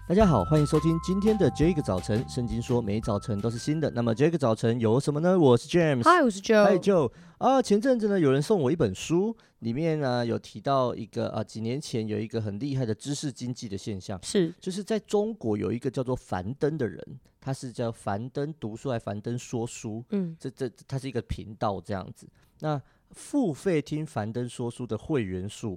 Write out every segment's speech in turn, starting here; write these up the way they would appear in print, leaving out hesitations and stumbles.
大家好，欢迎收听今天的这个早晨。圣经说每早晨都是新的，那么这个早晨有什么呢？我是 James。 Hi， 我是 Joe。 Hi Joe。前阵子呢，有人送我一本书，里面呢有提到一个几年前有一个很厉害的知识经济的现象，就是在中国有一个叫做樊登的人，他是叫樊登读书还樊登说书，他是一个频道这样子。那付费听樊登说书的会员数，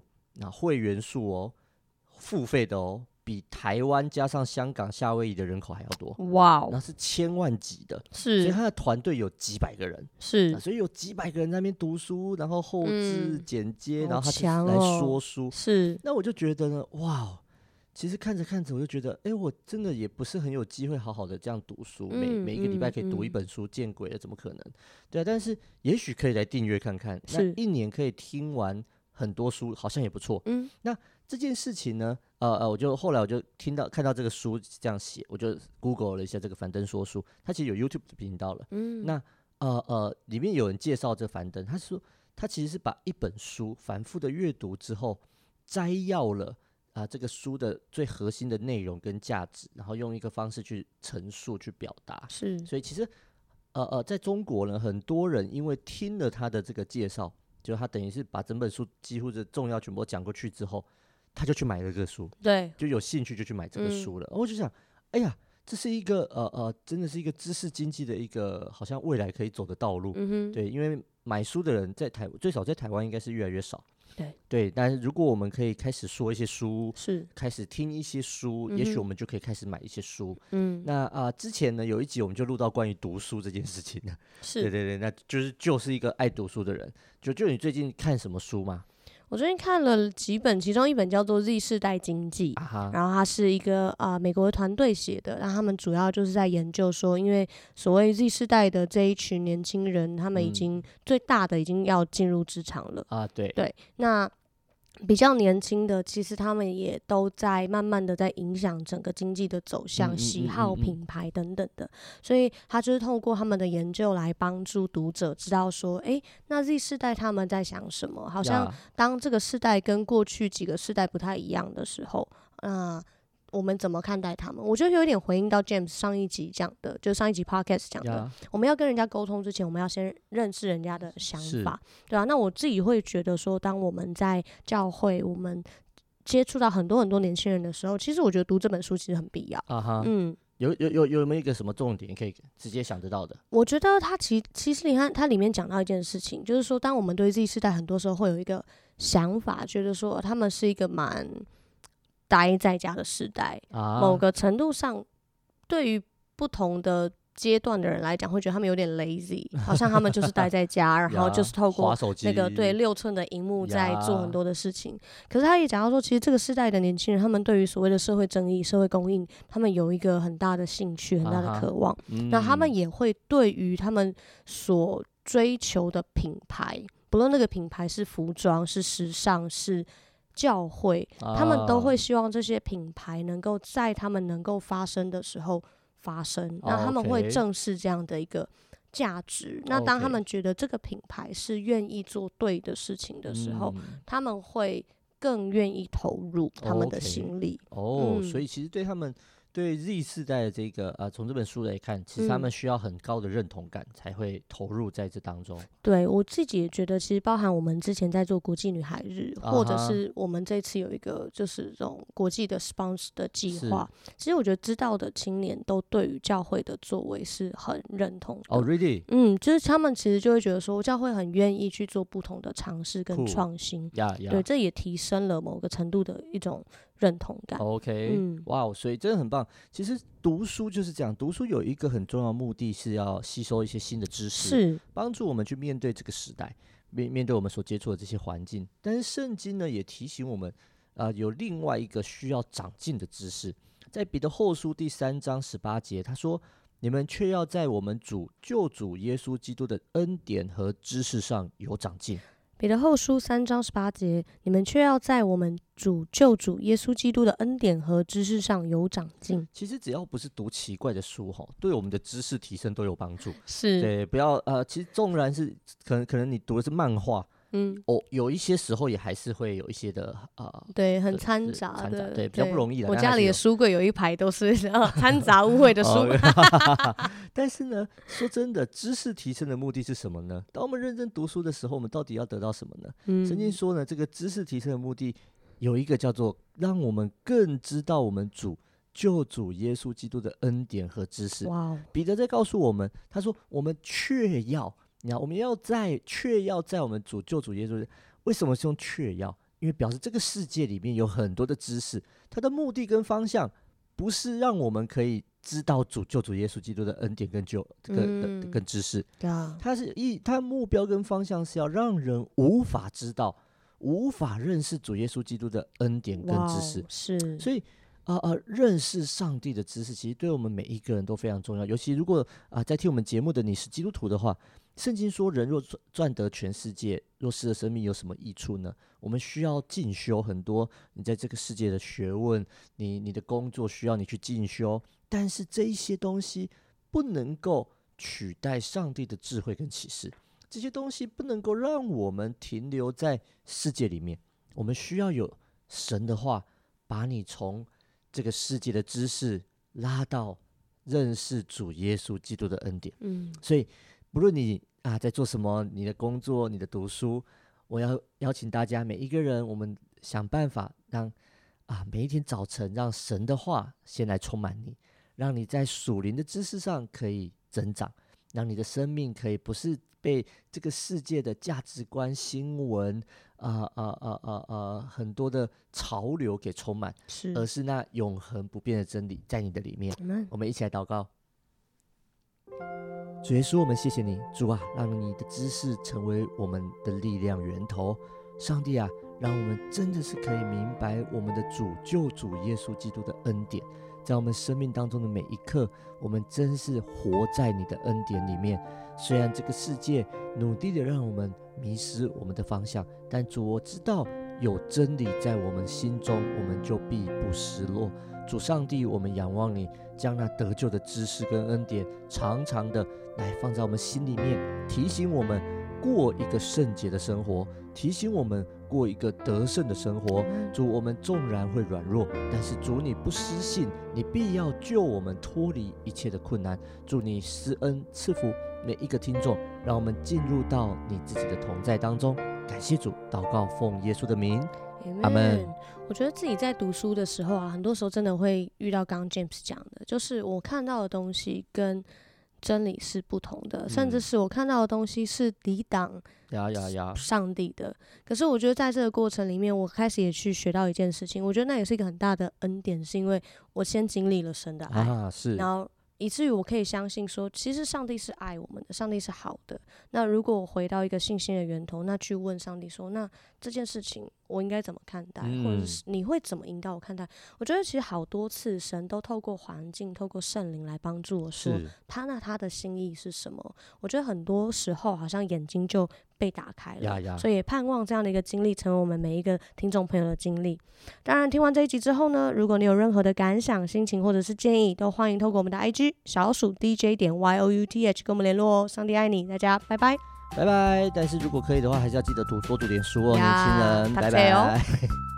付费的比台湾加上香港、夏威夷的人口还要多。 哇， 那是千万级的，所以他的团队有几百个人，所以有几百个人在那边读书，然后后置、剪接，然后他来说书。那我就觉得呢，哇，其实看着看着我就觉得，我真的也不是很有机会好好的这样读书，每一个礼拜可以读一本书，见鬼了，怎么可能？对啊，但是也许可以来订阅看看，那一年可以听完很多书，好像也不错。那这件事情呢，后来我就看到这个书这样写，我就 Google 了一下这个樊登说书，他其实有 YouTube 的频道了。那里面有人介绍这樊登，他说他其实是把一本书反复的阅读之后，摘要了这个书的最核心的内容跟价值，然后用一个方式去陈述去表达。所以其实在中国呢，很多人因为听了他的这个介绍，就他等于是把整本书几乎的重要全部讲过去之后，他就去买了这个书，对，就有兴趣就去买这个书了。我就想，哎呀，这是一个真的是一个知识经济的一个好像未来可以走的道路。对，因为买书的人最少在台湾应该是越来越少。对，但是如果我们可以开始说一些书，开始听一些书，也许我们就可以开始买一些书。那之前呢有一集我们就录到关于读书这件事情的。对，那就是一个爱读书的人。就你最近看什么书吗？ 我最近看了几本，其中一本叫做 Z 世代经济，然后它是一个美国的团队写的，然后他们主要就是在研究说，因为所谓 Z 世代的这一群年轻人，他们已经最大的已经要进入职场了。对，那比较年轻的，其实他们也都在慢慢的在影响整个经济的走向、喜好、品牌等等的，所以他就是透过他们的研究来帮助读者知道说，那 Z 世代他们在想什么？好像当这个世代跟过去几个世代不太一样的时候，我们怎么看待他们？我觉得有一点回应到 James 上一集讲的，就上一集 podcast 讲的，我们要跟人家沟通之前，我们要先认识人家的想法，对啊。那我自己会觉得说，当我们在教会，我们接触到很多很多年轻人的时候，其实我觉得读这本书其实很必要。 有没有一个什么重点可以直接想得到的？ 我觉得他其实你看，它里面讲到一件事情，就是说，当我们对Z世代很多时候会有一个想法，觉得说他们是一个蛮待在家的时代，某个程度上，对于不同的阶段的人来讲，会觉得他们有点 lazy， 好像他们就是待在家，然后就是透过那个6寸的萤幕在做很多的事情。可是他也讲到说，其实这个世代的年轻人，他们对于所谓的社会正义、社会公益，他们有一个很大的兴趣、很大的渴望。那他们也会对于他们所追求的品牌，不论那个品牌是服装、是时尚、是教会，他们都会希望这些品牌能够在他们能够发生的时候发生，那他们会正视这样的一个价值。那当他们觉得这个品牌是愿意做对的事情的时候，他们会更愿意投入他们的心力。 所以其实对 Z 世代的这个从这本书来看，其实他们需要很高的认同感才会投入在这当中。 对，我自己也觉得，其实包含我们之前在做国际女孩日，或者是我们这次有一个就是这种国际的 sponsor 的计划，其实我觉得知道的青年都对于教会的作为是很认同的。 Really？ 就是他们其实就会觉得说，教会很愿意去做不同的尝试跟创新。对，这也提升了某个程度的一种认同感。 哇，所以真的很棒。其实读书就是这样，读书有一个很重要的目的是要吸收一些新的知识，帮助我们去面对这个时代，面对我们所接触的这些环境。但是圣经呢也提醒我们有另外一个需要长进的知识。在彼得后书第3章18节，他说，你们却要在我们救主耶稣基督的恩典和知识上有长进。 彼得后书3章18节，你们却要在我们救主耶稣基督的恩典和知识上有长进。 其实只要不是读奇怪的书，对我们的知识提升都有帮助。对，不要其实纵然是可能你读的是漫画， 有一些时候也还是会有一些的对，很掺杂的， 对，比较不容易的。 我家里的书柜有一排都是掺杂污秽的书。 但是呢，说真的，知识提升的目的是什么呢？当我们认真读书的时候，我们到底要得到什么呢？圣经说呢，这个知识提升的目的有一个叫做让我们更知道我们救主耶稣基督的恩典和知识。彼得在告诉我们，他说我们却要在我们救主耶稣。为什么是用却要？因为表示这个世界里面有很多的知识，它的目的跟方向不是让我们可以知道救主耶稣基督的恩典跟知识，它目标跟方向是要让人无法知道、无法认识主耶稣基督的恩典跟知识。 是， 所以认识上帝的知识其实对我们每一个人都非常重要。尤其如果在听我们节目的你是基督徒的话，圣经说人若赚得全世界，若失了生命有什么益处呢？我们需要进修很多你在这个世界的学问，你的工作需要你去进修，但是这一些东西不能够取代上帝的智慧跟启示，这些东西不能够让我们停留在世界里面。我们需要有神的话把你从这个世界的知识拉到认识主耶稣基督的恩典。所以不论你在做什么，你的工作、你的读书，我要邀请大家每一个人，我们想办法让每一天早晨让神的话先来充满你，让你在属灵的知识上可以增长，让你的生命可以不是被这个世界的价值观、新闻很多的潮流给充满，而是那永恒不变的真理在你的里面。我们一起来祷告。主耶稣，我们谢谢你，主啊，让你的知识成为我们的力量源头。上帝啊，让我们真的是可以明白我们的救主耶稣基督的恩典，在我们生命当中的每一刻，我们真是活在你的恩典里面。虽然这个世界努力的让我们迷失我们的方向，但主，我知道有真理在我们心中，我们就必不失落。主上帝，我们仰望你，将那得救的知识跟恩典常常的来放在我们心里面，提醒我们过一个圣洁的生活，提醒我们过一个得胜的生活。主，我们纵然会软弱，但是主你不失信，你必要救我们脱离一切的困难。主，你施恩赐福每一个听众，让我们进入到你自己的同在当中。感谢主，祷告奉耶稣的名，阿们。 我觉得自己在读书的时候很多时候真的会遇到刚刚 James 讲的，就是我看到的东西跟真理是不同的，甚至是我看到的东西是抵挡上帝的。可是我觉得在这个过程里面，我开始也去学到一件事情，我觉得那也是一个很大的恩典，是因为我先经历了神的爱，然后以至于我可以相信说，其实上帝是爱我们的，上帝是好的。那如果我回到一个信心的源头，那去问上帝说，那这件事情我应该怎么看待，或者是你会怎么引导我看待？我觉得其实好多次神都透过环境，透过圣灵来帮助我说他的心意是什么。我觉得很多时候好像眼睛就被打开了，所以也盼望这样的一个经历成为我们每一个听众朋友的经历。当然听完这一集之后呢，如果你有任何的感想、心情或者是建议，都欢迎透过我们的 IG 小鼠 DJ.YOUTH 跟我们联络哦。上帝爱你，大家拜拜拜拜。但是如果可以的话，还是要记得多读点书哦，年轻人，拜拜。